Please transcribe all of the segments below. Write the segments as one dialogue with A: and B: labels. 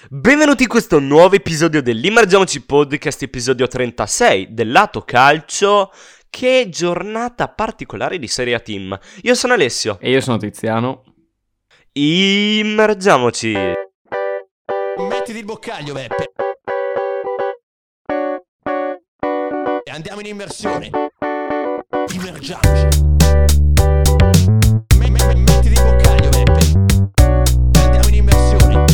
A: Benvenuti in questo nuovo episodio dell'Immergiamoci Podcast, episodio 36 del lato calcio. Che giornata particolare di Serie A Team. Io sono Alessio.
B: E io sono Tiziano.
A: Immergiamoci.
C: Mettiti il boccaglio, Beppe. E andiamo in immersione. Immergiamoci. Mettiti il boccaglio, Beppe. E andiamo in immersione.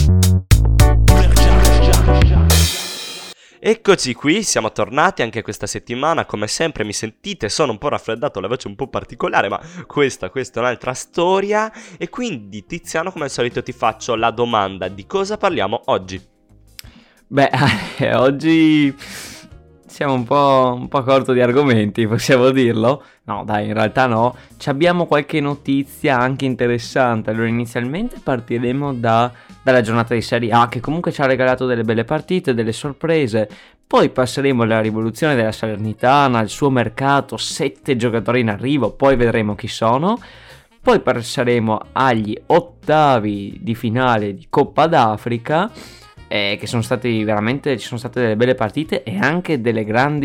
A: Eccoci qui, siamo tornati anche questa settimana. Come sempre mi sentite, sono un po' raffreddato, la voce un po' particolare, ma questa è un'altra storia. E quindi Tiziano, come al solito ti faccio la domanda: di cosa parliamo oggi?
B: Beh, oggi siamo un po' corto di argomenti, possiamo dirlo? No, dai, in realtà no. Ci abbiamo qualche notizia anche interessante. Allora, inizialmente partiremo dalla giornata di Serie A, che comunque ci ha regalato delle belle partite, delle sorprese. Poi passeremo alla rivoluzione della Salernitana, il suo mercato, 7 giocatori in arrivo, poi vedremo chi sono. Poi passeremo agli ottavi di finale di Coppa d'Africa, che sono stati veramente, ci sono state delle belle partite e anche delle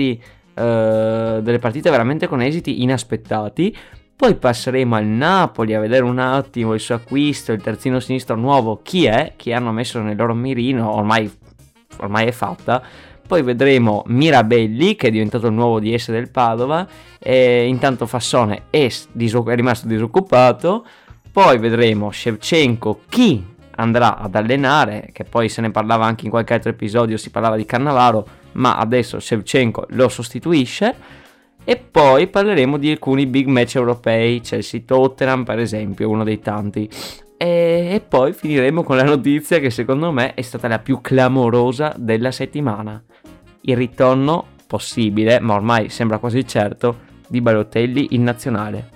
B: partite veramente con esiti inaspettati. Poi passeremo al Napoli a vedere un attimo il suo acquisto, il terzino sinistro nuovo, chi hanno messo nel loro mirino, ormai è fatta. Poi vedremo Mirabelli, che è diventato il nuovo DS del Padova, e intanto Fassone è rimasto disoccupato. Poi vedremo Shevchenko, chi andrà ad allenare, che poi se ne parlava anche in qualche altro episodio, si parlava di Cannavaro, ma adesso Shevchenko lo sostituisce. E poi parleremo di alcuni big match europei, Chelsea-Tottenham per esempio, uno dei tanti. E poi finiremo con la notizia che secondo me è stata la più clamorosa della settimana: il ritorno possibile, ma ormai sembra quasi certo, di Balotelli in nazionale.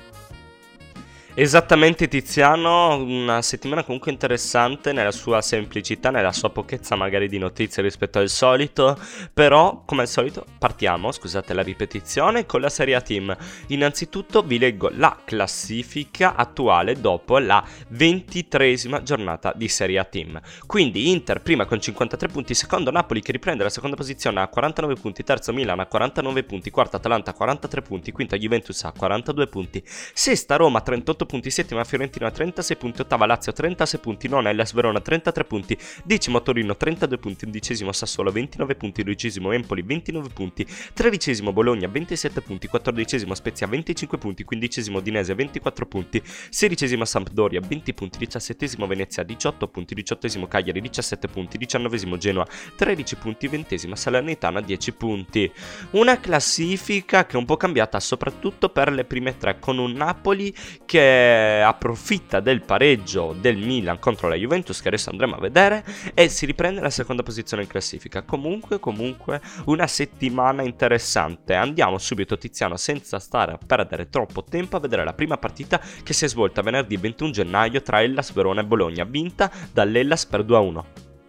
A: Esattamente Tiziano, una settimana comunque interessante nella sua semplicità, nella sua pochezza magari di notizie rispetto al solito, però come al solito partiamo, scusate la ripetizione, con la Serie A Team. Innanzitutto vi leggo la classifica attuale dopo la 23esima giornata di Serie A Team. Quindi Inter prima con 53 punti, secondo Napoli che riprende la seconda posizione a 49 punti, terzo Milan a 49 punti, quarta Atalanta a 43 punti, quinta Juventus a 42 punti, sesta Roma a 38 punti, settima Fiorentina a 36 punti, ottava Lazio a 36 punti, nona Hellas Verona a 33 punti, decimo Torino 32 punti, undicesimo Sassuolo 29 punti, dodicesimo Empoli 29 punti, tredicesimo Bologna 27 punti, quattordicesimo Spezia 25 punti, quindicesimo Udinese 24 punti, sedicesimo Sampdoria 20 punti, diciassettesimo Venezia 18 punti, diciottesimo Cagliari 17 punti, diciannovesimo Genoa 13 punti, ventesima Salernitana 10 punti. Una classifica che è un po' cambiata soprattutto per le prime tre, con un Napoli che approfitta del pareggio del Milan contro la Juventus, che adesso andremo a vedere, e si riprende la seconda posizione in classifica. Comunque una settimana interessante. Andiamo subito, Tiziano, senza stare a perdere troppo tempo, a vedere la prima partita che si è svolta venerdì 21 gennaio tra Hellas Verona e Bologna, vinta dall'Hellas per 2-1.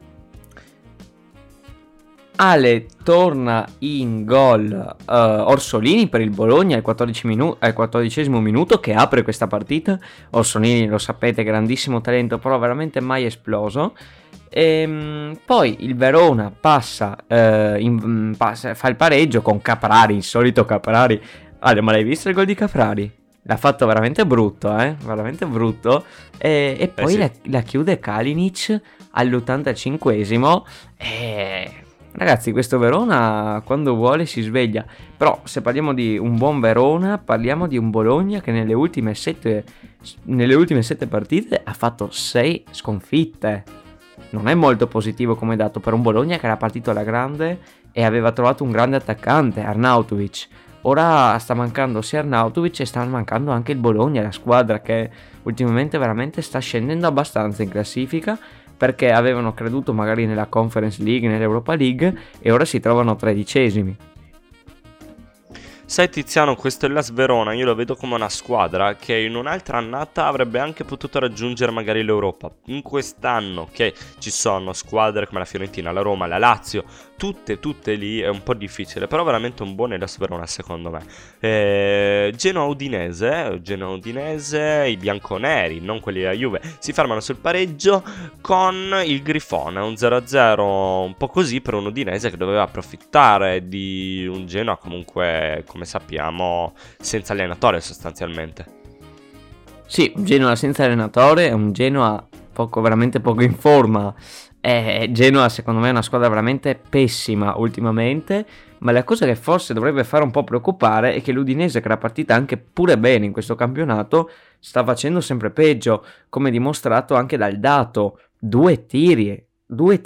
B: Ale torna in gol Orsolini per il Bologna al 14esimo minuto, che apre questa partita. Orsolini, lo sapete, grandissimo talento, però veramente mai esploso. Poi il Verona fa il pareggio con Caprari, il solito Caprari. Ale, ma l'hai visto il gol di Caprari? L'ha fatto veramente brutto, veramente brutto. E poi
A: sì.
B: la chiude Kalinic all'85esimo. Ragazzi, questo Verona quando vuole si sveglia. Però se parliamo di un buon Verona, parliamo di un Bologna che nelle ultime 7 partite ha fatto 6 sconfitte. Non è molto positivo come dato per un Bologna che era partito alla grande e aveva trovato un grande attaccante, Arnautovic. Ora sta mancando sia Arnautovic e sta mancando anche il Bologna, la squadra che ultimamente veramente sta scendendo abbastanza in classifica, perché avevano creduto magari nella Conference League, nell'Europa League, e ora si trovano tredicesimi.
A: Sai Tiziano, questo è l'AS Verona, io lo vedo come una squadra che in un'altra annata avrebbe anche potuto raggiungere magari l'Europa. In quest'anno che ci sono squadre come la Fiorentina, la Roma, la Lazio, tutte lì, è un po' difficile, però veramente un buon l'AS Verona secondo me. Genoa-Udinese, i bianconeri, non quelli della Juve, si fermano sul pareggio con il Grifone, un 0-0 un po' così per un Udinese che doveva approfittare di un Genoa comunque, come sappiamo, senza allenatore sostanzialmente.
B: Sì, un Genoa senza allenatore, è un Genoa veramente poco in forma. Genoa secondo me è una squadra veramente pessima ultimamente, ma la cosa che forse dovrebbe fare un po' preoccupare è che l'Udinese, che era partita anche pure bene in questo campionato, sta facendo sempre peggio, come dimostrato anche dal dato: 2 tiri e 0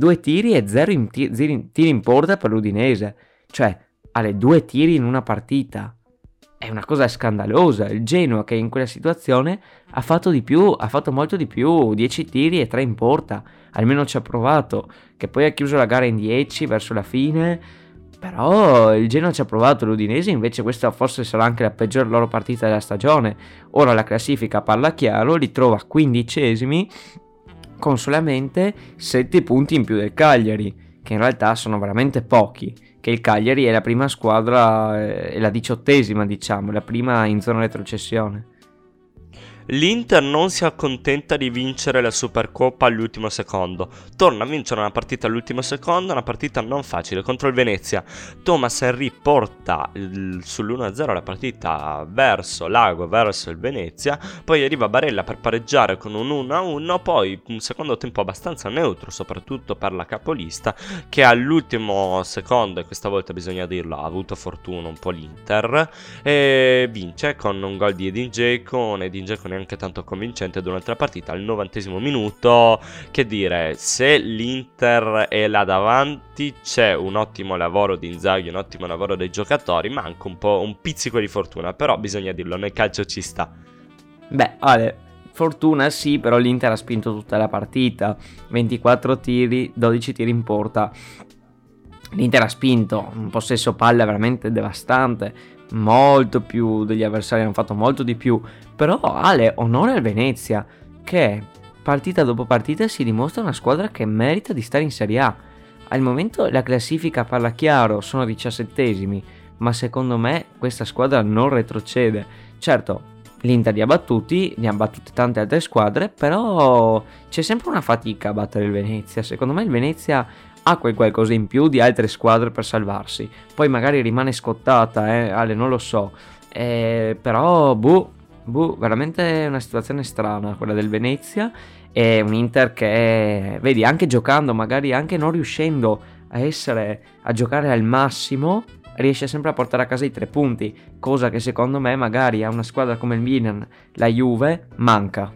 B: tiri in porta per l'Udinese, cioè alle 2 tiri in una partita. È una cosa scandalosa. Il Genoa, che in quella situazione ha fatto di più, ha fatto molto di più, 10 tiri e 3 in porta, almeno ci ha provato, che poi ha chiuso la gara in 10 verso la fine, però il Genoa ci ha provato. L'Udinese invece questa forse sarà anche la peggior loro partita della stagione. Ora la classifica parla chiaro, li trova 15esimi con solamente 7 punti in più del Cagliari, che in realtà sono veramente pochi, che il Cagliari è la prima squadra, è la 18esima diciamo, la prima in zona retrocessione.
A: L'Inter non si accontenta di vincere la Supercoppa all'ultimo secondo, torna a vincere una partita all'ultimo secondo, una partita non facile contro il Venezia. Thomas Henry porta sull'1-0 la partita verso l'ago, verso il Venezia, poi arriva Barella per pareggiare con un 1-1, poi un secondo tempo abbastanza neutro, soprattutto per la capolista, che all'ultimo secondo, e questa volta bisogna dirlo, ha avuto fortuna un po' l'Inter, e vince con un gol di Edin Dzeko neanche tanto convincente durante la partita al 90° minuto. Che dire, se l'Inter è là davanti c'è un ottimo lavoro di Inzaghi, un ottimo lavoro dei giocatori, manca un pizzico di fortuna, però bisogna dirlo, nel calcio ci sta.
B: Beh, Ale, fortuna sì, però l'Inter ha spinto tutta la partita, 24 tiri, 12 tiri in porta. L'Inter ha spinto un possesso palla veramente devastante, molto più degli avversari, hanno fatto molto di più. Però Ale, onore al Venezia, che partita dopo partita si dimostra una squadra che merita di stare in Serie A. Al momento la classifica parla chiaro, sono 17esimi, ma secondo me questa squadra non retrocede. Certo, l'Inter li ha battute tante altre squadre, però c'è sempre una fatica a battere il Venezia. Secondo me il Venezia ha qualcosa in più di altre squadre per salvarsi. Poi magari rimane scottata, Ale, non lo so. Però, veramente una situazione strana quella del Venezia. È un Inter che, vedi, anche giocando, magari anche non riuscendo a giocare al massimo, riesce sempre a portare a casa i 3 punti, cosa che secondo me magari a una squadra come il Milan, la Juve, manca.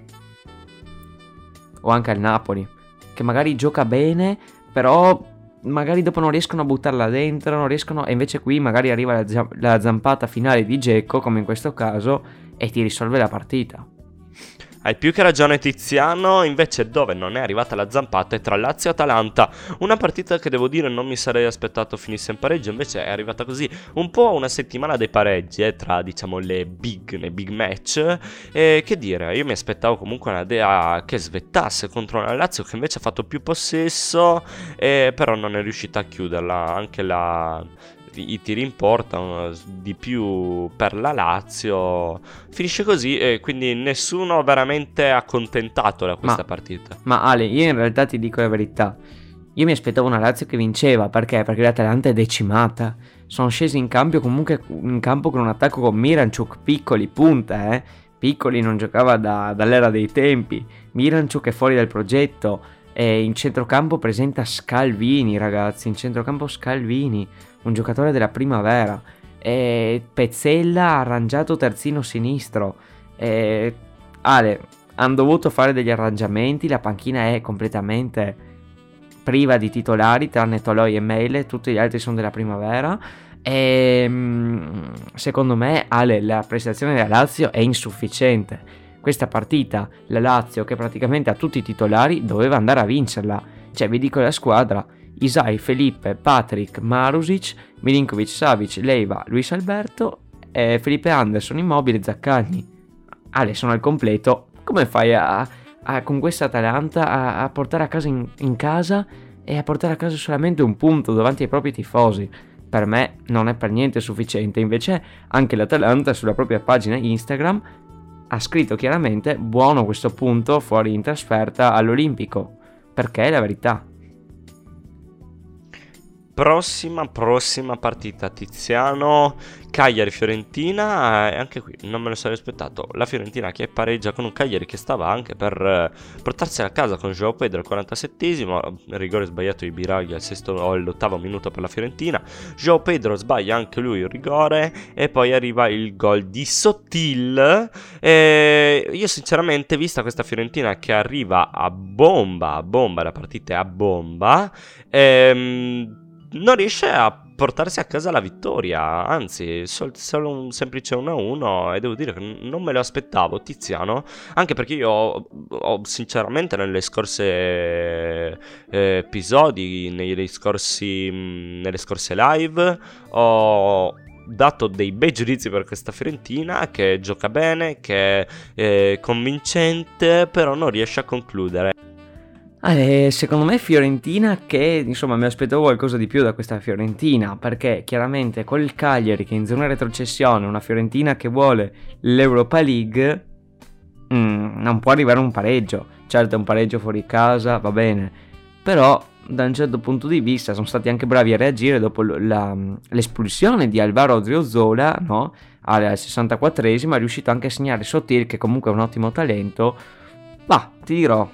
B: O anche al Napoli, che magari gioca bene, però magari dopo non riescono a buttarla dentro, e invece qui magari arriva la zampata finale di Dzeko, come in questo caso, e ti risolve la partita.
A: Hai più che ragione Tiziano, invece dove non è arrivata la zampata è tra Lazio e Atalanta, una partita che devo dire non mi sarei aspettato finisse in pareggio, invece è arrivata così, un po' una settimana dei pareggi tra diciamo le big match, e che dire, io mi aspettavo comunque una Dea che svettasse contro una Lazio che invece ha fatto più possesso, però non è riuscita a chiuderla, anche i tiri in porta di più per la Lazio, finisce così e quindi nessuno veramente accontentato da questa partita.
B: Ma Ale, io in realtà ti dico la verità, io mi aspettavo una Lazio che vinceva, perché l'Atalanta è decimata, sono scesi in campo con un attacco con Miranchuk, Piccoli, punta, Piccoli non giocava dall'era dei tempi, Miranchuk è fuori dal progetto, e in centrocampo presenta Scalvini, ragazzi, un giocatore della primavera, Pezzella ha arrangiato terzino sinistro, Ale, hanno dovuto fare degli arrangiamenti, la panchina è completamente priva di titolari tranne Toloi e Meile, tutti gli altri sono della primavera, e secondo me, Ale, la prestazione della Lazio è insufficiente. Questa partita la Lazio, che praticamente ha tutti i titolari, doveva andare a vincerla. Cioè, vi dico la squadra, Isai, Felipe, Patrick, Marusic, Milinkovic, Savic, Leiva, Luis Alberto, Felipe Anderson, Immobile, Zaccagni. Ale, sono al completo. Come fai con questa Atalanta a portare a casa in casa e a portare a casa solamente un punto davanti ai propri tifosi? Per me non è per niente sufficiente. Invece anche l'Atalanta sulla propria pagina Instagram ha scritto chiaramente: buono questo punto fuori in trasferta all'Olimpico, perché è la verità.
A: Prossima partita, Tiziano, Cagliari-Fiorentina, e anche qui non me lo sarei aspettato. La Fiorentina che pareggia con un Cagliari che stava anche per portarsi a casa con João Pedro al 47esimo, rigore sbagliato di Biraghi al sesto o all'8° minuto per la Fiorentina. João Pedro sbaglia anche lui il rigore e poi arriva il gol di Sottil. Io sinceramente, vista questa Fiorentina che arriva a bomba, la partita è a bomba, non riesce a portarsi a casa la vittoria, anzi solo un semplice 1-1, e devo dire che non me lo aspettavo, Tiziano, anche perché io ho sinceramente nelle scorse episodi, nelle scorse live, ho dato dei bei giudizi per questa Fiorentina che gioca bene, che è convincente, però non riesce a concludere.
B: Secondo me Fiorentina che, insomma, mi aspettavo qualcosa di più da questa Fiorentina, perché chiaramente con il Cagliari che è in zona retrocessione, una Fiorentina che vuole l'Europa League, non può arrivare a un pareggio. Certo, è un pareggio fuori casa, va bene, però da un certo punto di vista sono stati anche bravi a reagire dopo l'espulsione di Alvaro Odriozola, no? Al 64esimo è riuscito anche a segnare Sottil, che comunque è un ottimo talento. Ma ti dirò,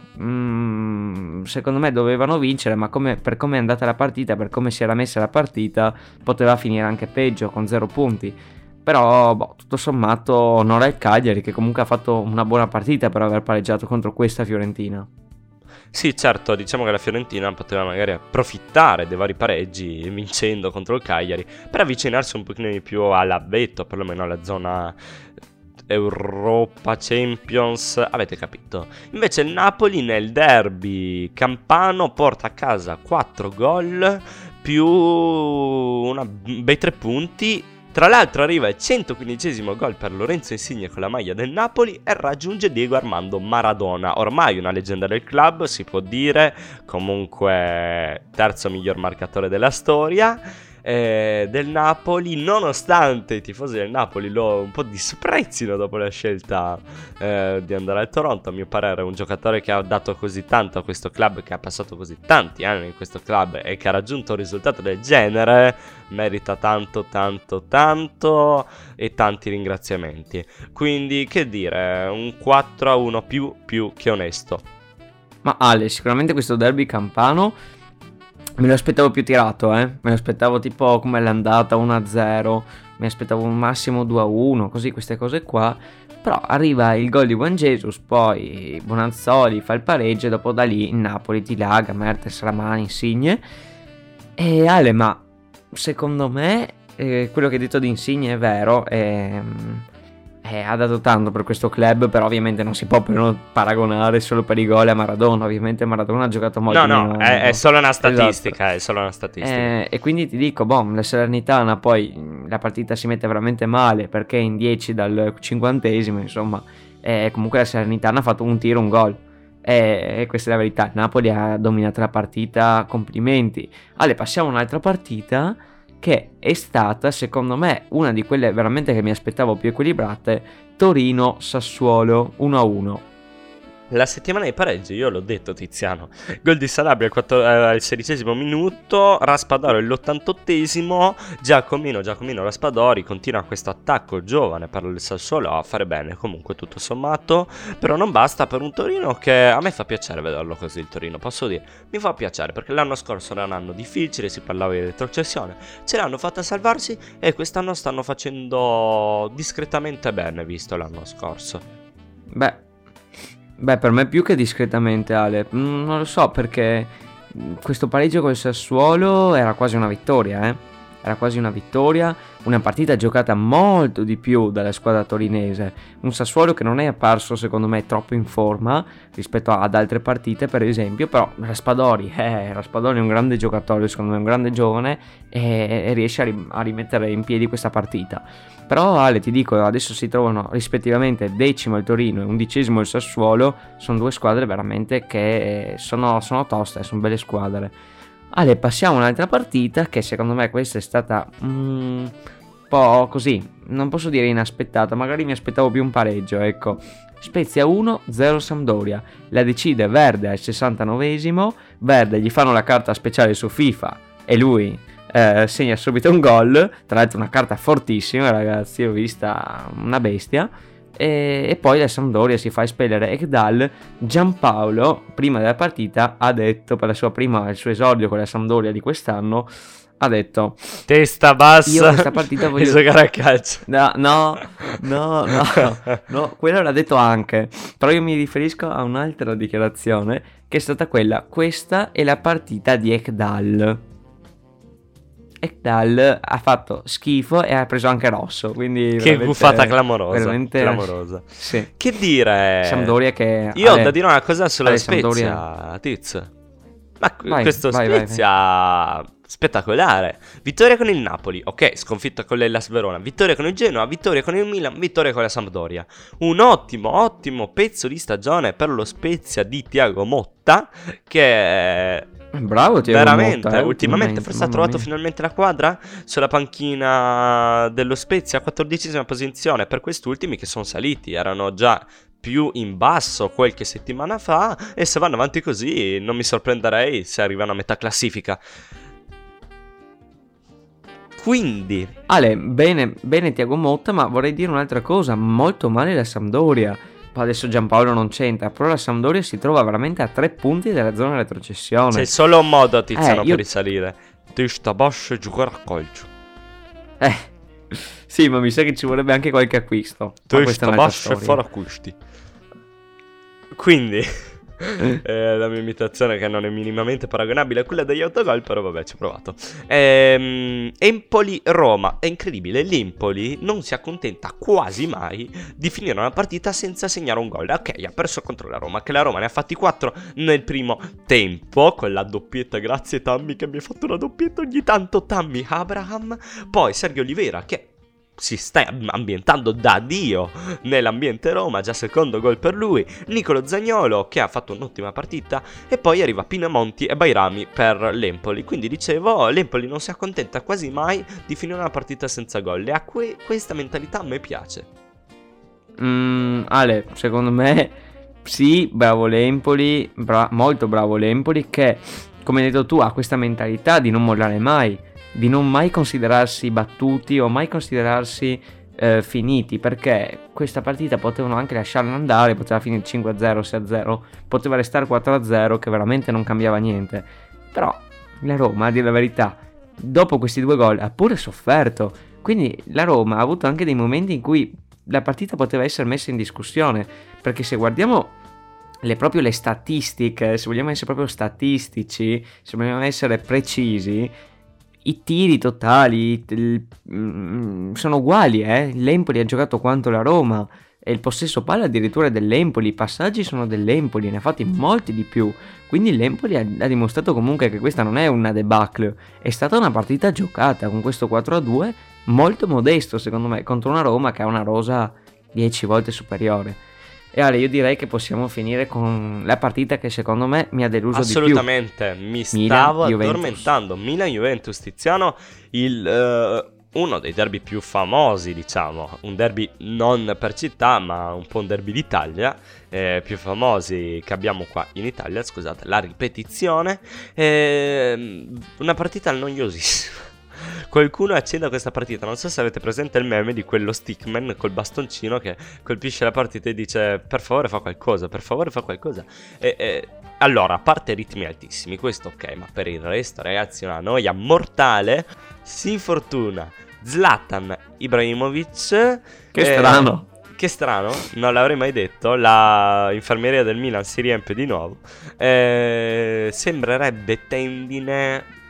B: secondo me dovevano vincere, ma per come è andata la partita, per come si era messa la partita, poteva finire anche peggio, con 0 punti. Però tutto sommato onore al Cagliari, che comunque ha fatto una buona partita per aver pareggiato contro questa Fiorentina.
A: Sì, certo, diciamo che la Fiorentina poteva magari approfittare dei vari pareggi vincendo contro il Cagliari per avvicinarsi un pochino di più all'avetto, perlomeno alla zona Europa Champions, avete capito. Invece il Napoli nel derby campano porta a casa 4 gol più bei 3 punti. Tra l'altro arriva il 115esimo gol per Lorenzo Insigne con la maglia del Napoli e raggiunge Diego Armando Maradona, ormai una leggenda del club, si può dire, comunque terzo miglior marcatore della storia del Napoli, nonostante i tifosi del Napoli lo un po' disprezzino dopo la scelta di andare al Toronto. A mio parere è un giocatore che ha dato così tanto a questo club, che ha passato così tanti anni in questo club e che ha raggiunto un risultato del genere, merita tanto e tanti ringraziamenti. Quindi che dire, un 4-1 più che onesto.
B: Ma Ale, sicuramente questo derby campano me lo aspettavo più tirato, me lo aspettavo tipo come l'andata 1-0, mi aspettavo un massimo 2-1, così queste cose qua. Però arriva il gol di Juan Jesus, poi Bonazzoli fa il pareggio e dopo da lì il Napoli dilaga, Mertens, Ramani, Insigne. E Ale, ma secondo me quello che hai detto di Insigne è vero, ha dato tanto per questo club, però ovviamente non si può paragonare solo per i gol a Maradona. Ovviamente Maradona ha giocato molto meno.
A: È solo una statistica,
B: esatto.
A: È solo una statistica.
B: E quindi ti dico, la Salernitana poi la partita si mette veramente male perché in 10 dal 50esimo, insomma, comunque la Salernitana ha fatto un tiro, un gol. E questa è la verità. Il Napoli ha dominato la partita, complimenti. Passiamo a un'altra partita che è stata, secondo me, una di quelle veramente che mi aspettavo più equilibrate. Torino-Sassuolo 1-1.
A: La settimana dei pareggi, io l'ho detto, Tiziano. Gol di Sanabria al 16esimo minuto, Raspadori all'88esimo, Giacomino Raspadori continua questo attacco giovane per il Sassuolo a fare bene, comunque tutto sommato, però non basta per un Torino che a me fa piacere vederlo così. Il Torino, posso dire, mi fa piacere perché l'anno scorso era un anno difficile, si parlava di retrocessione, ce l'hanno fatta salvarsi e quest'anno stanno facendo discretamente bene visto l'anno scorso.
B: Beh, per me più che discretamente, Ale. Non lo so, perché questo pareggio col Sassuolo era quasi una vittoria, era quasi una vittoria, una partita giocata molto di più dalla squadra torinese, un Sassuolo che non è apparso secondo me troppo in forma rispetto ad altre partite per esempio, però Raspadori è un grande giocatore, secondo me un grande giovane e riesce a rimettere in piedi questa partita. Però Ale, ti dico, adesso si trovano rispettivamente 10° il Torino e 11° il Sassuolo, sono due squadre veramente che sono toste, sono belle squadre. Ale, passiamo a un'altra partita che secondo me questa è stata un po' così, non posso dire inaspettata, magari mi aspettavo più un pareggio, ecco. Spezia 1-0 Sampdoria, la decide Verde al 69°, Verde gli fanno la carta speciale su FIFA e lui segna subito un gol, tra l'altro una carta fortissima ragazzi, ho vista una bestia, e poi la Sampdoria si fa espellere Ekdal. Giampaolo prima della partita ha detto, per il suo esordio con la Sampdoria di quest'anno, ha detto:
A: testa bassa,
B: io questa partita voglio
A: giocare a calcio.
B: no, quello l'ha detto anche, però io mi riferisco a un'altra dichiarazione che è stata questa è la partita di Ekdal ha fatto schifo e ha preso anche rosso, quindi
A: che buffata clamorosa,
B: veramente
A: clamorosa.
B: Sì.
A: Che dire,
B: Sampdoria che
A: io ho da dire una cosa sulla Spezia,
B: Sampdoria.
A: Tiz, ma
B: Vai,
A: questo
B: vai.
A: Spezzia spettacolare, vittoria con il Napoli, ok, sconfitta con l'Hellas Verona, vittoria con il Genoa, vittoria con il Milan, vittoria con la Sampdoria. Un ottimo pezzo di stagione per lo Spezia di Thiago Motta, che
B: bravo Thiago
A: veramente
B: Motta,
A: ultimamente forse ha trovato finalmente la quadra sulla panchina dello Spezia, 14ª posizione per quest'ultimi che sono saliti, erano già più in basso qualche settimana fa e se vanno avanti così non mi sorprenderei se arrivano a metà classifica. Quindi
B: Ale, bene Thiago Motta, ma vorrei dire un'altra cosa, molto male la Sampdoria. Adesso Giampaolo non c'entra, però la Sampdoria si trova veramente a 3 punti dalla zona retrocessione.
A: c'è solo un modo, Tiziano,
B: io-
A: per risalire: testa bassa e giocare a calcio.
B: Sì, ma mi sa che ci vorrebbe anche qualche acquisto. Ma questa è
A: Testa
B: un'altra
A: bassa e
B: storia.
A: fare acquisti. Quindi la mia imitazione che non è minimamente paragonabile a quella degli autogol, però vabbè, ci ho provato. Empoli-Roma, è incredibile, l'Empoli non si accontenta quasi mai di finire una partita senza segnare un gol. Ok, ha perso contro la Roma, che la Roma ne ha fatti 4 nel primo tempo, con la doppietta, grazie Tammy che mi ha fatto una doppietta ogni tanto, Tammy Abraham. Poi Sergio Oliveira che si sta ambientando da Dio nell'ambiente Roma, già secondo gol per lui, Nicolo Zaniolo che ha fatto un'ottima partita e poi arriva Pinamonti e Bairami per l'Empoli. Quindi dicevo, l'Empoli non si accontenta quasi mai di finire una partita senza gol e a questa mentalità a me piace.
B: Ale, secondo me sì, bravo l'Empoli, molto bravo l'Empoli che, come hai detto tu, ha questa mentalità di non mollare mai, di non mai considerarsi battuti o mai considerarsi finiti, perché questa partita potevano anche lasciarla andare, poteva finire 5-0, 6-0, poteva restare 4-0 che veramente non cambiava niente. Però la Roma, a dire la verità, dopo questi 2 gol ha pure sofferto, quindi la Roma ha avuto anche dei momenti in cui la partita poteva essere messa in discussione, perché se guardiamo le statistiche, se vogliamo essere proprio statistici, se vogliamo essere precisi, i tiri totali sono uguali, l'Empoli ha giocato quanto la Roma e il possesso palla addirittura dell'Empoli, i passaggi sono dell'Empoli, ne ha fatti molti di più, quindi l'Empoli ha dimostrato comunque che questa non è una debacle, è stata una partita giocata con questo 4-2 molto modesto secondo me contro una Roma che ha una rosa 10 volte superiore. E allora io direi che possiamo finire con la partita che secondo me mi ha deluso di più.
A: Assolutamente, mi stavo addormentando. Milan-Juventus, Tiziano, uno dei derby più famosi, diciamo, un derby non per città ma un po' un derby d'Italia, più famosi che abbiamo qua in Italia, scusate la ripetizione, una partita noiosissima. Qualcuno accende questa partita, non so se avete presente il meme di quello stickman col bastoncino che colpisce la partita e dice per favore fa qualcosa, per favore fa qualcosa. Allora, a parte ritmi altissimi, questo ok, ma per il resto ragazzi una noia mortale. Si infortuna Zlatan Ibrahimovic.
B: Che strano.
A: Che strano, non l'avrei mai detto. La infermeria del Milan si riempie di nuovo. Sembrerebbe tendine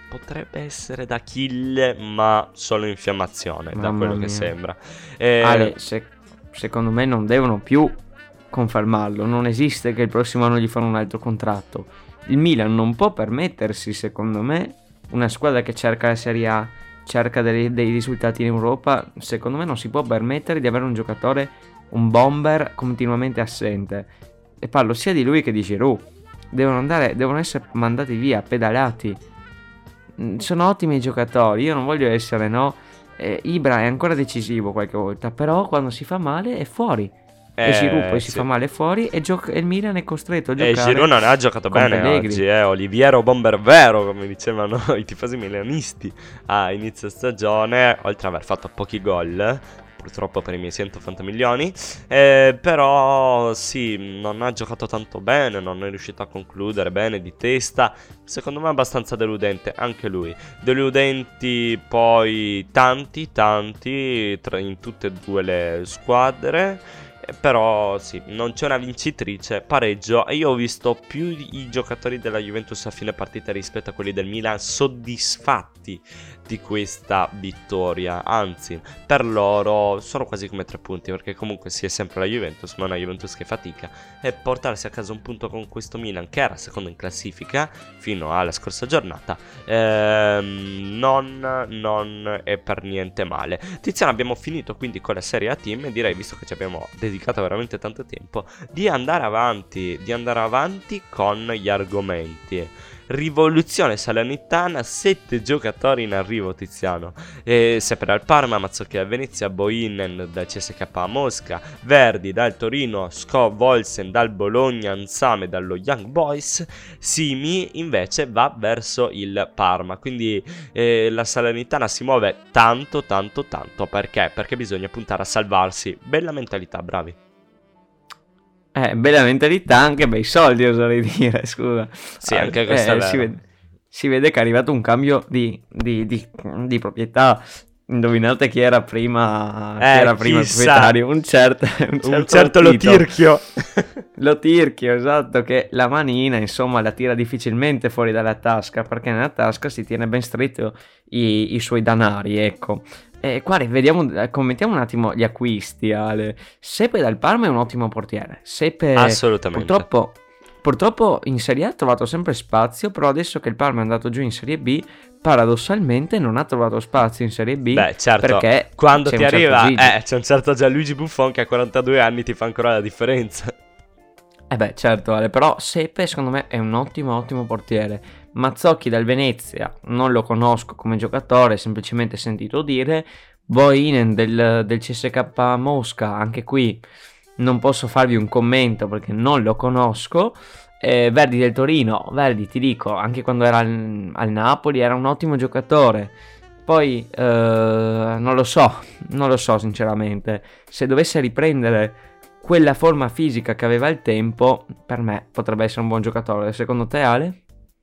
A: potrebbe essere da kill, ma solo infiammazione, da
B: Mamma
A: quello che
B: mia.
A: sembra.
B: Ale, secondo me non devono più confermarlo. Non esiste che il prossimo anno gli fanno un altro contratto. Il Milan non può permettersi, secondo me, una squadra che cerca la Serie A, cerca dei risultati in Europa. Secondo me non si può permettere di avere un giocatore, un bomber continuamente assente. E parlo sia di lui che di Giroud. Devono essere mandati via, pedalati. Sono ottimi giocatori. Io non voglio essere, no. Ibra è ancora decisivo qualche volta, però quando si fa male è fuori. E Giroud poi si fa male fuori e il Milan è costretto a
A: E
B: giocare.
A: Giroud non ha giocato
B: con
A: bene
B: Pellegrini.
A: oggi, Oliviero Bomber vero, come dicevano i tifosi milanisti a inizio stagione, oltre ad aver fatto pochi gol, purtroppo per i miei 180 milioni, però sì, non ha giocato tanto bene, non è riuscito a concludere bene di testa, secondo me è abbastanza deludente anche lui. Deludenti poi tanti in tutte e due le squadre. Però sì, non c'è una vincitrice, pareggio. E io ho visto più i giocatori della Juventus a fine partita rispetto a quelli del Milan soddisfatti di questa vittoria. Anzi, per loro sono quasi come 3 punti, perché comunque sì, è sempre la Juventus, ma è una Juventus che fatica. E portarsi a casa un punto con questo Milan, che era secondo in classifica fino alla scorsa giornata, non è per niente male. Tiziano, abbiamo finito quindi con la Serie A Team e direi, visto che ci abbiamo dedicato veramente tanto tempo, di andare avanti con gli argomenti. Rivoluzione Salernitana, 7 giocatori in arrivo, Tiziano. Sempre dal Parma, Mazzocchi dal Venezia, Boinen dal CSKA Mosca, Verdi dal Torino, Sko Volsen dal Bologna, Nsame dallo Young Boys, Simi invece va verso il Parma. Quindi la Salernitana si muove tanto perché bisogna puntare a salvarsi. Bella mentalità, bravi.
B: Bella mentalità, anche bei soldi, oserei dire, scusa.
A: Sì, anche questa è vera.
B: Si vede che è arrivato un cambio di proprietà. Indovinate chi era prima, il proprietario? Un certo
A: Lotirchio.
B: Lotirchio, esatto, che la manina, insomma, la tira difficilmente fuori dalla tasca, perché nella tasca si tiene ben stretto i suoi danari, ecco. Qua commentiamo un attimo gli acquisti, Ale. Sepe dal Parma è un ottimo portiere. Sepe
A: assolutamente.
B: Purtroppo in Serie A ha trovato sempre spazio, però adesso che il Parma è andato giù in Serie B, paradossalmente non ha trovato spazio in Serie B.
A: Beh, certo,
B: perché
A: quando ti arriva
B: c'è
A: un certo Gianluigi Buffon che a 42 anni ti fa ancora la differenza.
B: Certo, Ale, però Sepe secondo me è un ottimo portiere. Mazzocchi dal Venezia non lo conosco come giocatore, semplicemente sentito dire. Boinen del CSKA Mosca, anche qui non posso farvi un commento perché non lo conosco. Verdi del Torino, Verdi ti dico, anche quando era al Napoli era un ottimo giocatore. Poi non lo so sinceramente. Se dovesse riprendere quella forma fisica che aveva al tempo, per me potrebbe essere un buon giocatore. Secondo te, Ale?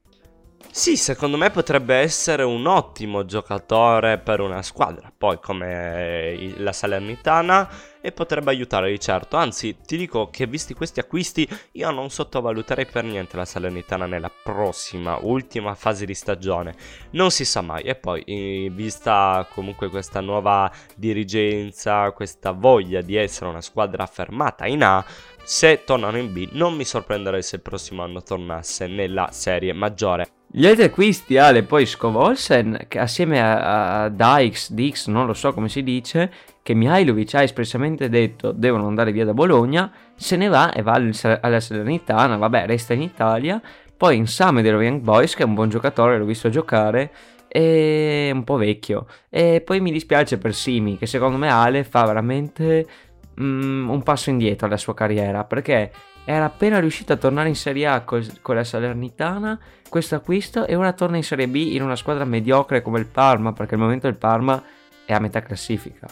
A: Sì, secondo me potrebbe essere un ottimo giocatore per una squadra, poi come la Salernitana, e potrebbe aiutare di certo. Anzi, ti dico che visti questi acquisti io non sottovaluterei per niente la Salernitana nella prossima, ultima fase di stagione. Non si sa mai. E poi, vista comunque questa nuova dirigenza, questa voglia di essere una squadra affermata in A, se tornano in B non mi sorprenderei se il prossimo anno tornasse nella serie maggiore.
B: Gli altri acquisti, Ale, poi Scovolsen, che assieme a Dix, non lo so come si dice, che Mihailovic ha espressamente detto devono andare via da Bologna, se ne va e va alla Salernitana, vabbè, resta in Italia. Poi Nsame dello Young Boys, che è un buon giocatore, l'ho visto giocare, è un po' vecchio. E poi mi dispiace per Simi, che secondo me Ale fa veramente un passo indietro alla sua carriera, perché era appena riuscito a tornare in Serie A con la Salernitana, questo acquisto, e ora torna in Serie B in una squadra mediocre come il Parma, perché al momento il Parma è a metà classifica.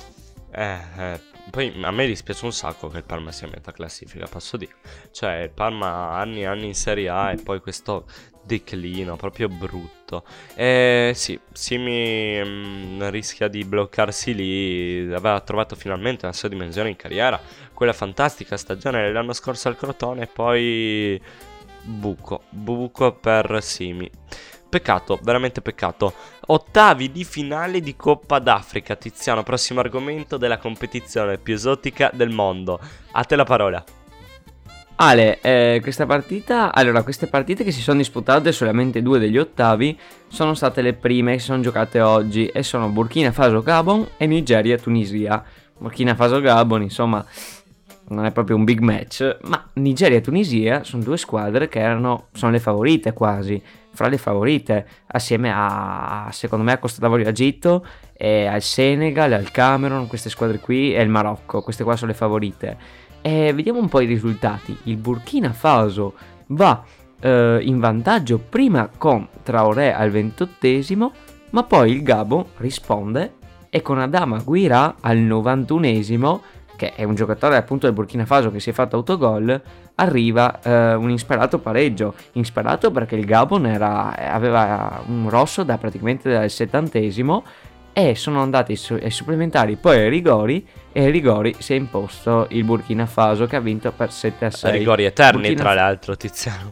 A: Poi a me dispiace un sacco che il Parma sia a metà classifica, posso dire. Cioè il Parma anni e anni in Serie A e poi questo declino proprio brutto. Sì, Simi rischia di bloccarsi lì. Aveva trovato finalmente la sua dimensione in carriera, quella fantastica stagione dell'anno scorso al Crotone, e poi buco per Simi. Peccato, veramente peccato. Ottavi di finale di Coppa d'Africa. Tiziano, prossimo argomento della competizione più esotica del mondo. A te la parola.
B: Ale, queste partite che si sono disputate, solamente 2 degli ottavi, sono state le prime che si sono giocate oggi e sono Burkina Faso-Gabon e Nigeria-Tunisia. Burkina Faso-Gabon, insomma, non è proprio un big match, ma Nigeria e Tunisia sono 2 squadre che sono le favorite quasi, fra le favorite, assieme secondo me, a Costa d'Avorio e Egitto, e al Senegal, al Camerun, queste squadre qui, e il Marocco, queste qua sono le favorite. E vediamo un po' i risultati. Il Burkina Faso va in vantaggio prima con Traoré al 28esimo, ma poi il Gabon risponde e con Adama Guira al 91esimo, che è un giocatore appunto del Burkina Faso che si è fatto autogol, arriva un insperato pareggio. Insperato perché il Gabon aveva un rosso da praticamente dal 70esimo e sono andati ai supplementari, poi ai rigori, e ai rigori si è imposto il Burkina Faso che ha vinto per 7-6.
A: Rigori eterni tra l'altro, Tiziano.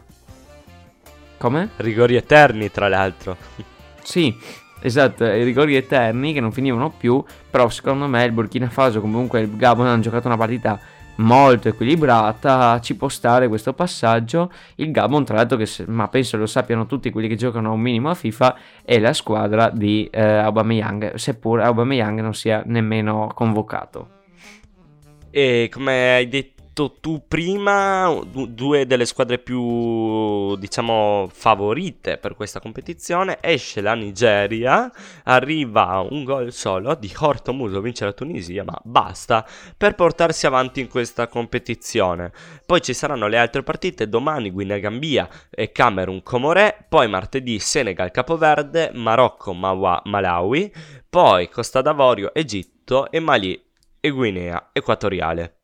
B: Come?
A: Rigori eterni tra l'altro.
B: Sì, esatto, i rigori eterni che non finivano più, però secondo me il Burkina Faso, comunque il Gabon, hanno giocato una partita molto equilibrata, ci può stare questo passaggio. Il Gabon, tra l'altro, ma penso lo sappiano tutti quelli che giocano un minimo a FIFA, è la squadra di Aubameyang, seppur Aubameyang non sia nemmeno convocato.
A: E come hai detto tu prima, due delle squadre più, diciamo, favorite per questa competizione, esce la Nigeria, arriva un gol solo di Horto Muso, vince la Tunisia, ma basta per portarsi avanti in questa competizione. Poi ci saranno le altre partite, domani Guinea-Gambia e Camerun-Comoré, poi martedì Senegal-Capoverde, Marocco-Malawi, poi Costa d'Avorio, Egitto e Mali e Guinea Equatoriale.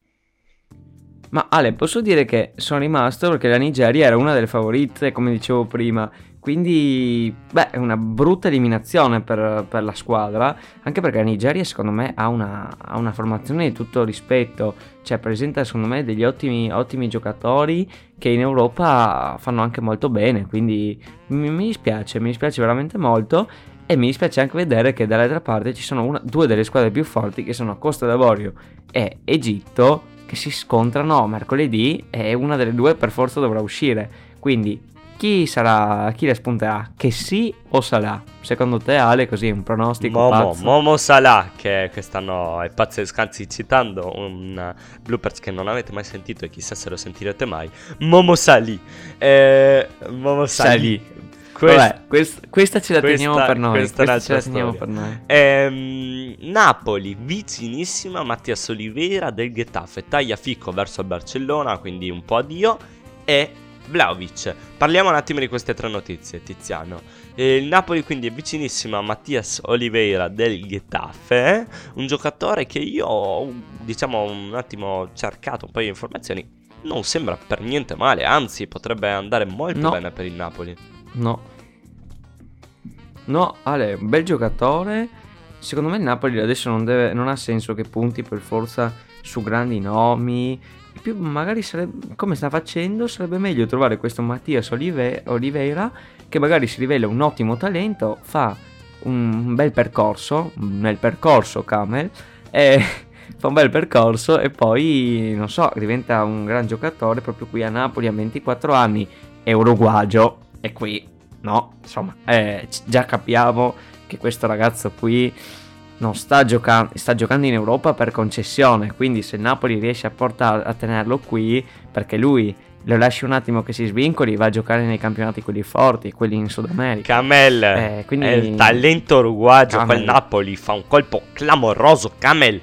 B: Ma Ale, posso dire che sono rimasto perché la Nigeria era una delle favorite, come dicevo prima, quindi è una brutta eliminazione per la squadra, anche perché la Nigeria secondo me ha una formazione di tutto rispetto, cioè presenta secondo me degli ottimi giocatori che in Europa fanno anche molto bene, quindi mi dispiace veramente molto. E mi dispiace anche vedere che dall'altra parte ci sono due delle squadre più forti, che sono Costa d'Avorio e Egitto, che si scontrano mercoledì e una delle due per forza dovrà uscire. Quindi chi le spunterà? Che sì o Salah? Secondo te, Ale, così un pronostico pazzo?
A: Momo Salah, che quest'anno è pazzesco, anzi citando un bloopers che non avete mai sentito e chissà se lo sentirete mai, Momo Salih. Momo Salih.
B: Questa ce la teniamo per noi. Questa ce la teniamo per noi.
A: Napoli vicinissima a Mattias Oliveira del Getafe, Tagliafico verso il Barcellona, quindi un po' addio, e Vlahovic. Parliamo un attimo di queste tre notizie, Tiziano. Il Napoli quindi è vicinissimo a Mattias Oliveira del Getafe, un giocatore che io ho, diciamo, un attimo cercato un paio di informazioni, non sembra per niente male, anzi potrebbe andare molto bene per il Napoli.
B: No, Ale, un bel giocatore. Secondo me il Napoli adesso non ha senso che punti per forza su grandi nomi. Più magari come sta facendo, sarebbe meglio trovare questo Mattias Oliveira, che magari si rivela un ottimo talento, fa un bel percorso nel percorso Camel, e fa un bel percorso e poi, non so, diventa un gran giocatore proprio qui a Napoli a 24 anni, è uruguagio, e qui no, insomma, già capiamo che questo ragazzo qui non sta giocando in Europa per concessione, quindi se il Napoli riesce a tenerlo qui, perché lui lo lasci un attimo che si svincoli, va a giocare nei campionati quelli forti, quelli in Sud America.
A: Camel, quindi è il talento uruguagio, quel Napoli fa un colpo clamoroso, Camel.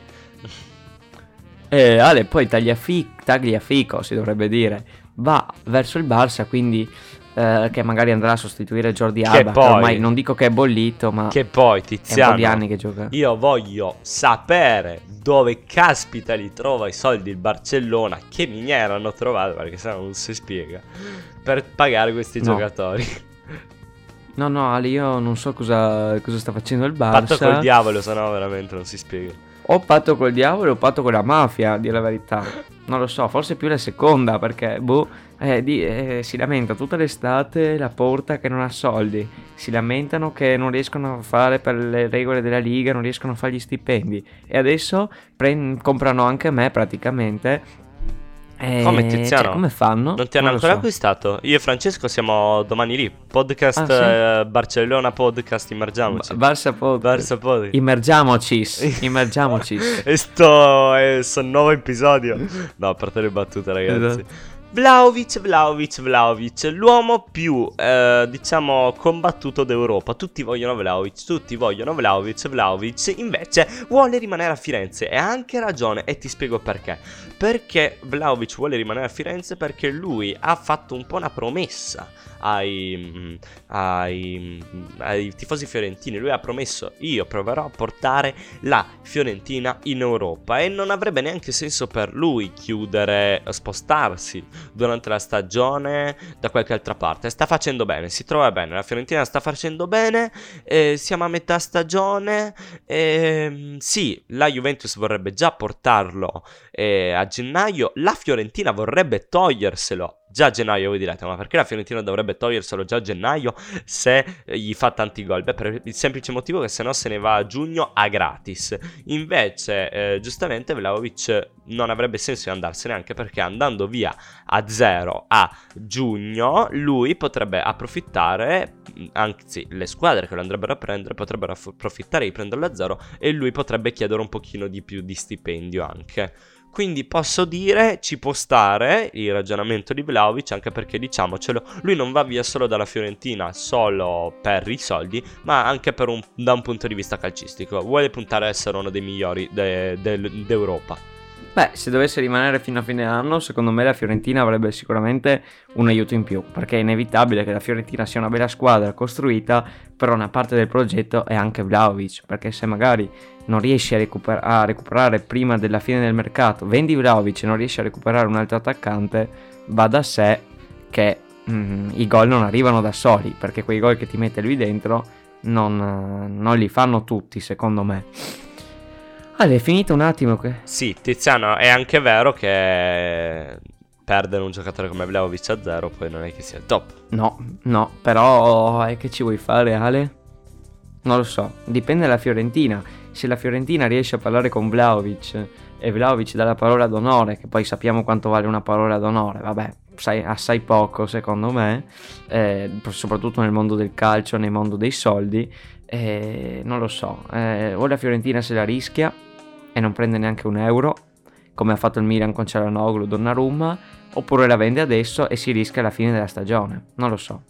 B: Ale, poi Tagliafico si dovrebbe dire, va verso il Barça, quindi che magari andrà a sostituire Jordi Alba, che ormai non dico che è bollito, ma
A: che poi Tiziano,
B: è un po' di anni che gioca.
A: Io voglio sapere dove caspita li trova i soldi il Barcellona, che miniera hanno trovato, perché sennò non si spiega, per pagare questi giocatori.
B: No, Ali, io non so cosa sta facendo il Barça.
A: Patto col diavolo, sennò veramente non si spiega.
B: O patto col diavolo o patto con la mafia, a dire la verità. Non lo so, forse più la seconda, perché si lamenta tutta l'estate la Porta che non ha soldi, si lamentano che non riescono a fare per le regole della Liga, non riescono a fare gli stipendi, e adesso comprano anche me praticamente.
A: Come Tiziano?
B: Cioè, come fanno?
A: Non ti hanno
B: Non lo
A: ancora
B: so.
A: acquistato? Io e Francesco siamo domani lì. Podcast
B: Ah, sì?
A: Barcellona Podcast, immergiamoci.
B: Barça Podcast.
A: Barça Podcast.
B: Immergiamoci.
A: E sto nuovo episodio. No, a parte le battute, ragazzi.
B: Esatto.
A: Vlahovic, l'uomo più, diciamo, combattuto d'Europa. Tutti vogliono Vlahovic. Vlahovic invece vuole rimanere a Firenze, e ha anche ragione, e ti spiego perché. Perché Vlahovic vuole rimanere a Firenze? Perché lui ha fatto un po' una promessa ai tifosi fiorentini. Lui ha promesso: io proverò a portare la Fiorentina in Europa, e non avrebbe neanche senso per lui spostarsi durante la stagione da qualche altra parte. Sta facendo bene, si trova bene, la Fiorentina sta facendo bene, siamo a metà stagione, sì, la Juventus vorrebbe già portarlo a gennaio, la Fiorentina vorrebbe toglierselo già a gennaio. Voi direte: ma perché la Fiorentina dovrebbe toglierselo già a gennaio se gli fa tanti gol? Beh, per il semplice motivo che se no se ne va a giugno a gratis. Invece giustamente Vlahovic non avrebbe senso di andarsene, anche perché andando via a zero a giugno lui potrebbe approfittare, anzi le squadre che lo andrebbero a prendere potrebbero approfittare di prenderlo a zero, e lui potrebbe chiedere un pochino di più di stipendio anche. Quindi posso dire, ci può stare il ragionamento di Vlahovic, anche perché, diciamocelo, lui non va via solo dalla Fiorentina solo per i soldi, ma anche da un punto di vista calcistico. Vuole puntare a essere uno dei migliori d'Europa.
B: Beh, se dovesse rimanere fino a fine anno, secondo me la Fiorentina avrebbe sicuramente un aiuto in più, perché è inevitabile che la Fiorentina sia una bella squadra costruita, però una parte del progetto è anche Vlahovic, perché se magari non riesci a recuperare prima della fine del mercato, vendi Vlahovic e non riesci a recuperare un altro attaccante, va da sé che i gol non arrivano da soli, perché quei gol che ti mette lui dentro non li fanno tutti, secondo me. È finito un attimo che...
A: Sì, Tiziano, è anche vero che perdere un giocatore come Vlahovic a zero poi non è che sia il top.
B: No, però che ci vuoi fare, Ale? Non lo so, dipende dalla Fiorentina. Se la Fiorentina riesce a parlare con Vlahovic e Vlahovic dà la parola d'onore, che poi sappiamo quanto vale una parola d'onore, vabbè, assai poco secondo me, soprattutto nel mondo del calcio, nel mondo dei soldi, non lo so, o la Fiorentina se la rischia e non prende neanche un euro, come ha fatto il Milan con Çalhanoğlu, Donnarumma, oppure la vende adesso e si rischia alla fine della stagione, non lo so.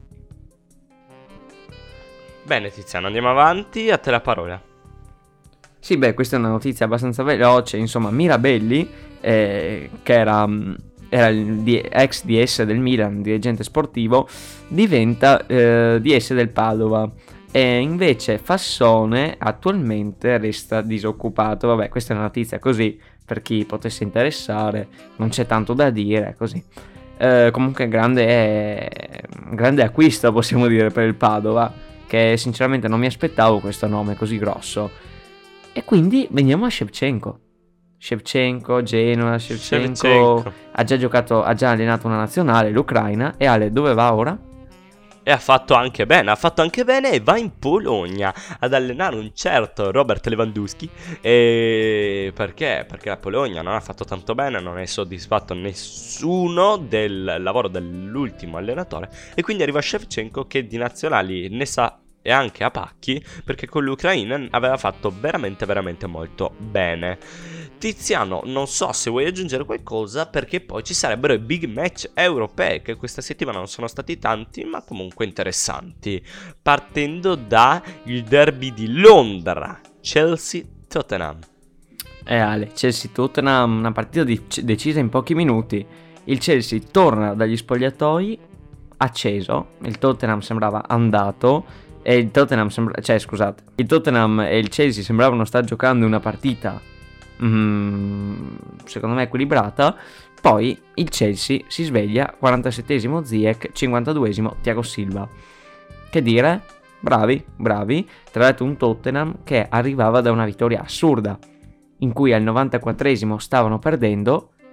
A: Bene Tiziano, andiamo avanti, a te la parola.
B: Sì, beh, questa è una notizia abbastanza veloce, insomma, Mirabelli, che era il ex DS del Milan, dirigente sportivo, diventa DS del Padova. E invece Fassone attualmente resta disoccupato. Vabbè, questa è una notizia così, per chi potesse interessare, non c'è tanto da dire, così. Comunque grande acquisto, possiamo dire, per il Padova, che sinceramente non mi aspettavo questo nome così grosso. E quindi veniamo a Shevchenko, Genoa. Shevchenko ha già allenato una nazionale, l'Ucraina. E Ale, dove va ora?
A: E ha fatto anche bene e va in Polonia ad allenare un certo Robert Lewandowski. E perché? Perché la Polonia non ha fatto tanto bene, non è soddisfatto nessuno del lavoro dell'ultimo allenatore, e quindi arriva Shevchenko, che di nazionali ne sa e anche a pacchi, perché con l'Ucraina aveva fatto veramente molto bene. Tiziano, non so se vuoi aggiungere qualcosa, perché poi ci sarebbero i big match europei, che questa settimana non sono stati tanti, ma comunque interessanti. Partendo da il derby di Londra, Chelsea-Tottenham.
B: Ale, Chelsea-Tottenham, una partita decisa in pochi minuti. Il Chelsea torna dagli spogliatoi acceso, il Tottenham sembrava andato, e il Tottenham e il Chelsea sembravano star giocando una partita secondo me equilibrata. Poi il Chelsea si sveglia, 47esimo Ziyech, 52esimo Thiago Silva. Che dire? Bravi. Tra l'altro un Tottenham che arrivava da una vittoria assurda, in cui al 94esimo stavano perdendo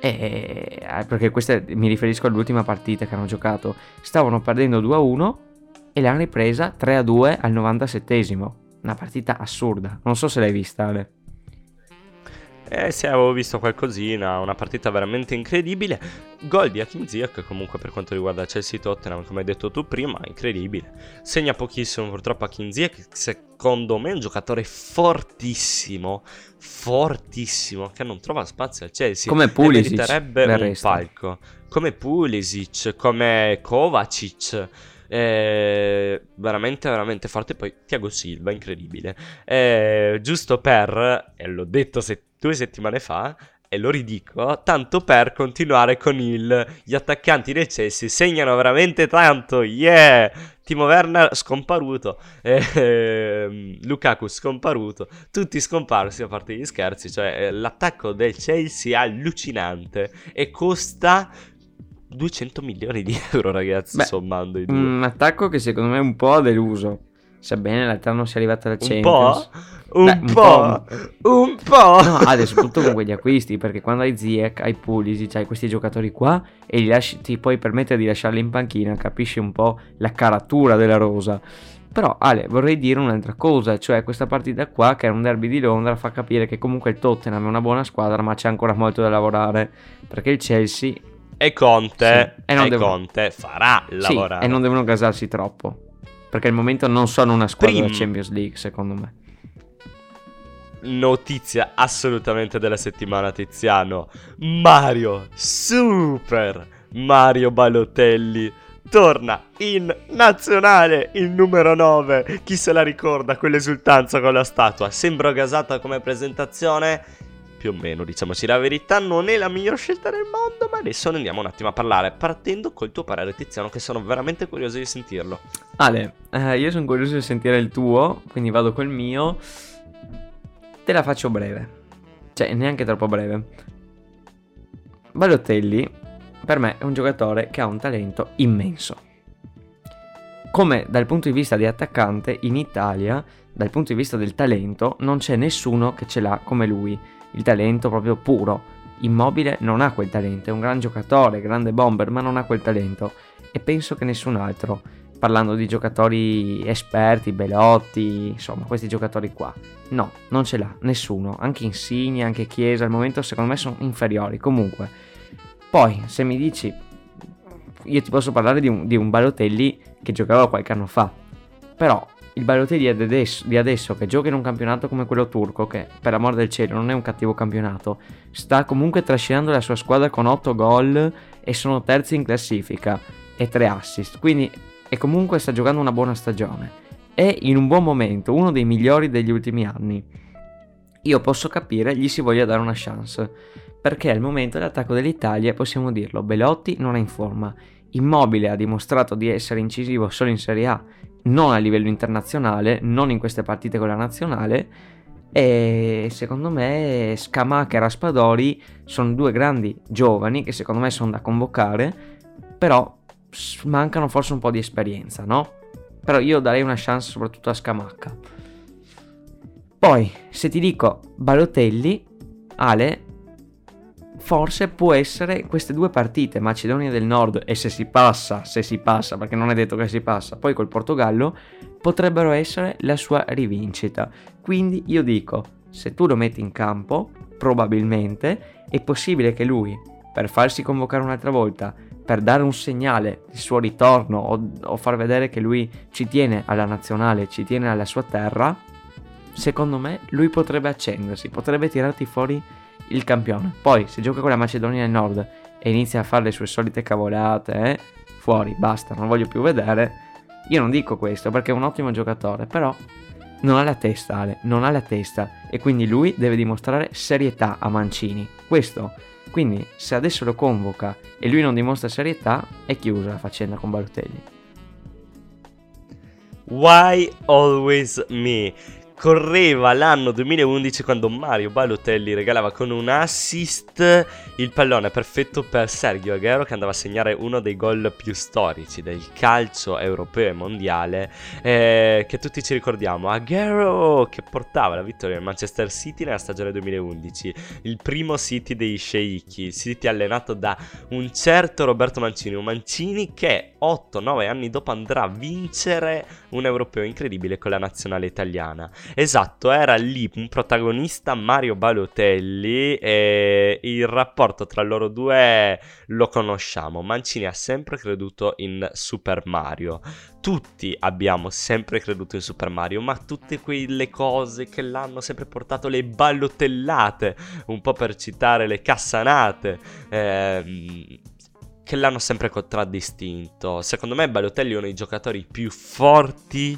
B: Perché mi riferisco all'ultima partita che hanno giocato. Stavano perdendo 2-1 e l'hanno ripresa 3-2 al 97esimo. Una partita assurda. Non so se l'hai vista, Ale.
A: Sì, avevo visto qualcosina, una partita veramente incredibile. Gol di Hakim Ziyech comunque per quanto riguarda Chelsea-Tottenham, come hai detto tu prima, incredibile. Segna pochissimo purtroppo Hakim Ziyech, secondo me è un giocatore fortissimo, che non trova spazio al Chelsea.
B: Come Pulisic,
A: meriterebbe
B: del
A: un
B: resto.
A: palco. Come Pulisic, come Kovacic. Veramente veramente forte. Poi Thiago Silva, incredibile. Giusto per, e l'ho detto 2 settimane fa e lo ridico, tanto per continuare con gli attaccanti del Chelsea segnano veramente tanto, yeah! Timo Werner scomparuto, Lukaku scomparuto, tutti scomparsi a parte gli scherzi, cioè l'attacco del Chelsea è allucinante e costa 200 milioni di euro, ragazzi.
B: Beh,
A: sommando i due.
B: Un attacco che secondo me è un po' deluso. Sebbene l'altro anno sia arrivata la
A: Un
B: Champions.
A: po'? Un po'?
B: No, adesso soprattutto con quegli acquisti, perché quando hai Ziyech, hai Pulisic, hai questi giocatori qua e ti puoi permettere di lasciarli in panchina, capisci un po' la caratura della rosa. Però Ale, vorrei dire un'altra cosa, cioè questa partita qua, che è un derby di Londra, fa capire che comunque il Tottenham è una buona squadra, ma c'è ancora molto da lavorare, perché il Chelsea
A: E Conte,
B: sì,
A: Conte farà lavorare.
B: Sì, e non devono gasarsi troppo, perché al momento non sono una squadra della Champions League, secondo me.
A: Notizia assolutamente della settimana, Tiziano. Super Mario Balotelli torna in nazionale, il numero 9. Chi se la ricorda quell'esultanza con la statua? Sembra gasata come presentazione? Più o meno, diciamoci la verità, non è la miglior scelta del mondo, ma adesso ne andiamo un attimo a parlare, partendo col tuo parere, Tiziano, che sono veramente curioso di sentirlo.
B: Ale, io sono curioso di sentire il tuo, quindi vado col mio. Te la faccio breve, cioè neanche troppo breve. Balotelli per me è un giocatore che ha un talento immenso. Come dal punto di vista di attaccante in Italia, dal punto di vista del talento, non c'è nessuno che ce l'ha come lui. Il talento proprio puro. Immobile non ha quel talento, è un gran giocatore, grande bomber, ma non ha quel talento. E penso che nessun altro, parlando di giocatori esperti, Belotti, insomma questi giocatori qua, no, non ce l'ha nessuno. Anche Insigne, anche Chiesa al momento secondo me sono inferiori. Comunque, poi se mi dici, io ti posso parlare di un Balotelli che giocava qualche anno fa, però il Balotelli di adesso che gioca in un campionato come quello turco, che per amor del cielo non è un cattivo campionato, sta comunque trascinando la sua squadra con 8 gol e sono terzi in classifica e 3 assist, quindi e comunque sta giocando una buona stagione, è in un buon momento, uno dei migliori degli ultimi anni. Io posso capire gli si voglia dare una chance, perché al momento l'attacco dell'Italia, possiamo dirlo, Belotti non è in forma, Immobile ha dimostrato di essere incisivo solo in Serie A, non a livello internazionale, non in queste partite con la nazionale, e secondo me Scamacca e Raspadori sono 2 grandi giovani che secondo me sono da convocare, però mancano forse un po' di esperienza, no? Però io darei una chance soprattutto a Scamacca. Poi, se ti dico Balotelli, Ale, forse può essere queste 2 partite, Macedonia del Nord e se si passa, perché non è detto che si passa, poi col Portogallo, potrebbero essere la sua rivincita. Quindi io dico, se tu lo metti in campo, probabilmente è possibile che lui, per farsi convocare un'altra volta, per dare un segnale del suo ritorno o far vedere che lui ci tiene alla nazionale, ci tiene alla sua terra, secondo me lui potrebbe accendersi, potrebbe tirarti fuori il campione. Poi se gioca con la Macedonia del Nord e inizia a fare le sue solite cavolate, fuori, basta, non voglio più vedere. Io non dico questo perché è un ottimo giocatore, però non ha la testa, Ale, non ha la testa, e quindi lui deve dimostrare serietà a Mancini, questo. Quindi se adesso lo convoca e lui non dimostra serietà, è chiusa la faccenda con Balotelli.
A: Why always me? correva l'anno 2011 quando Mario Balotelli regalava con un assist il pallone perfetto per Sergio Aguero, che andava a segnare uno dei gol più storici del calcio europeo e mondiale, che tutti ci ricordiamo. Aguero che portava la vittoria del Manchester City nella stagione 2011, il primo City dei sceicchi, City allenato da un certo Roberto Mancini, un Mancini che 8-9 anni dopo andrà a vincere un europeo incredibile con la nazionale italiana. Esatto, era lì un protagonista, Mario Balotelli, e il rapporto tra loro due lo conosciamo. Mancini ha sempre creduto in Super Mario. Tutti abbiamo sempre creduto in Super Mario, ma tutte quelle cose che l'hanno sempre portato, le ballotellate, un po' per citare le cassanate, che l'hanno sempre contraddistinto. Secondo me Balotelli è uno dei giocatori più forti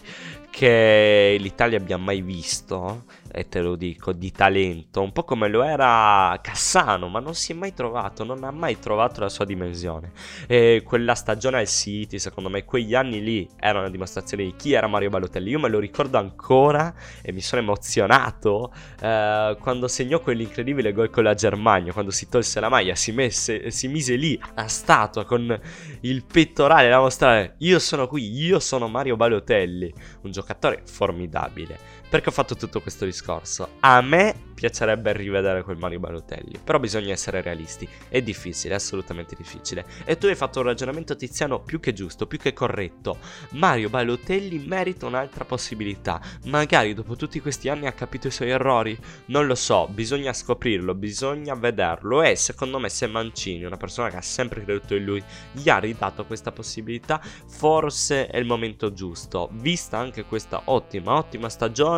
A: che l'Italia abbia mai visto, e te lo dico, di talento, un po' come lo era Cassano, ma non si è mai trovato, non ha mai trovato la sua dimensione. E quella stagione al City, secondo me, quegli anni lì erano una dimostrazione di chi era Mario Balotelli. Io me lo ricordo ancora e mi sono emozionato quando segnò quell'incredibile gol con la Germania, quando si tolse la maglia, si mise lì a statua con il pettorale da mostrare: io sono qui, io sono Mario Balotelli, un giocatore formidabile. Perché ho fatto tutto questo discorso? A me piacerebbe rivedere quel Mario Balotelli, però bisogna essere realisti, è difficile, è assolutamente difficile. E tu hai fatto un ragionamento, Tiziano, più che giusto, più che corretto. Mario Balotelli merita un'altra possibilità. Magari dopo tutti questi anni ha capito i suoi errori, non lo so, bisogna scoprirlo, bisogna vederlo. E secondo me, se Mancini, una persona che ha sempre creduto in lui, gli ha ridato questa possibilità, forse è il momento giusto, vista anche questa ottima stagione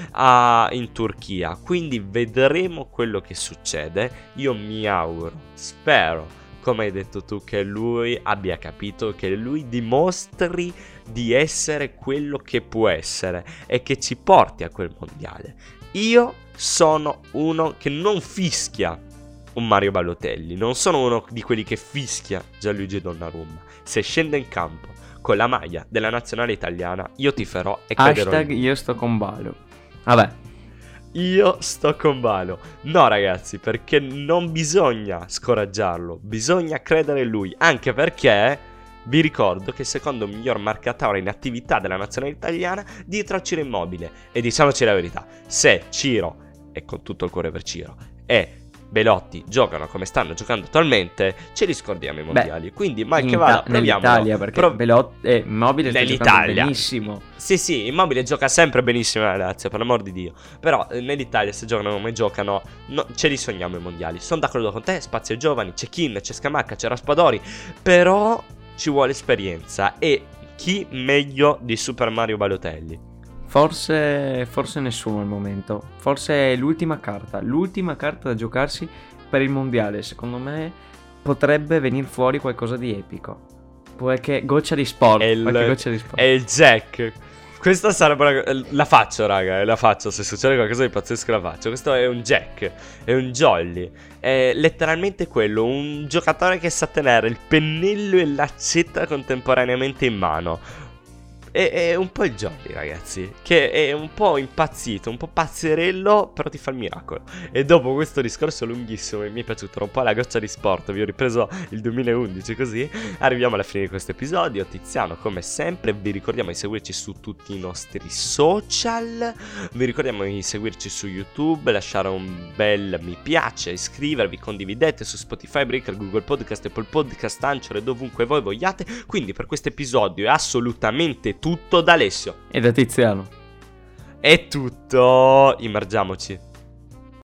A: in Turchia. Quindi vedremo quello che succede. Io mi auguro, spero, come hai detto tu, che lui abbia capito, che lui dimostri di essere quello che può essere e che ci porti a quel mondiale. Io sono uno che non fischia un Mario Balotelli, non sono uno di quelli che fischia Gianluigi Donnarumma. Se scende in campo con la maglia della nazionale italiana, io tiferò e crederò.
B: Hashtag io sto con Balo. Vabbè,
A: io sto con Balo. No ragazzi, perché non bisogna scoraggiarlo, bisogna credere in lui. Anche perché vi ricordo che il secondo miglior marcatore in attività della nazionale italiana dietro a Ciro Immobile. E diciamoci la verità, se Ciro, e con tutto il cuore per Ciro, e Belotti giocano come stanno giocando attualmente, ce li scordiamo i mondiali. Quindi mal che vada, proviamo.
B: Nell'Italia, perché Belotti Immobile sta giocando benissimo.
A: Sì, Immobile gioca sempre benissimo nella Lazio, per l'amor di Dio. Però nell'Italia, se giocano come giocano, ce li sogniamo i mondiali. Sono d'accordo con te, spazio ai giovani, c'è Kin, c'è Scamacca, c'è Raspadori, però ci vuole esperienza. E chi meglio di Super Mario Balotelli?
B: Forse nessuno al momento. Forse è l'ultima carta da giocarsi per il mondiale. Secondo me potrebbe venire fuori qualcosa di epico. Qualche goccia di sport.
A: È il Jack. Questa sarebbe la faccio, raga, la faccio. Se succede qualcosa di pazzesco la faccio. Questo è un Jack, è un Jolly. È letteralmente quello, un giocatore che sa tenere il pennello e l'accetta contemporaneamente in mano. È un po' il Jolly, ragazzi, che è un po' impazzito, un po' pazzerello, però ti fa il miracolo. E dopo questo discorso lunghissimo, e mi è piaciuto un po' la goccia di sport, vi ho ripreso il 2011 così, arriviamo alla fine di questo episodio. Tiziano, come sempre, vi ricordiamo di seguirci su tutti i nostri social, vi ricordiamo di seguirci su YouTube, lasciare un bel mi piace, iscrivervi, condividete su Spotify, Breaker, Google Podcast, Apple Podcast, Anchor e dovunque voi vogliate. Quindi per questo episodio è assolutamente tutto da Alessio
B: e da Tiziano.
A: è tutto, immergiamoci.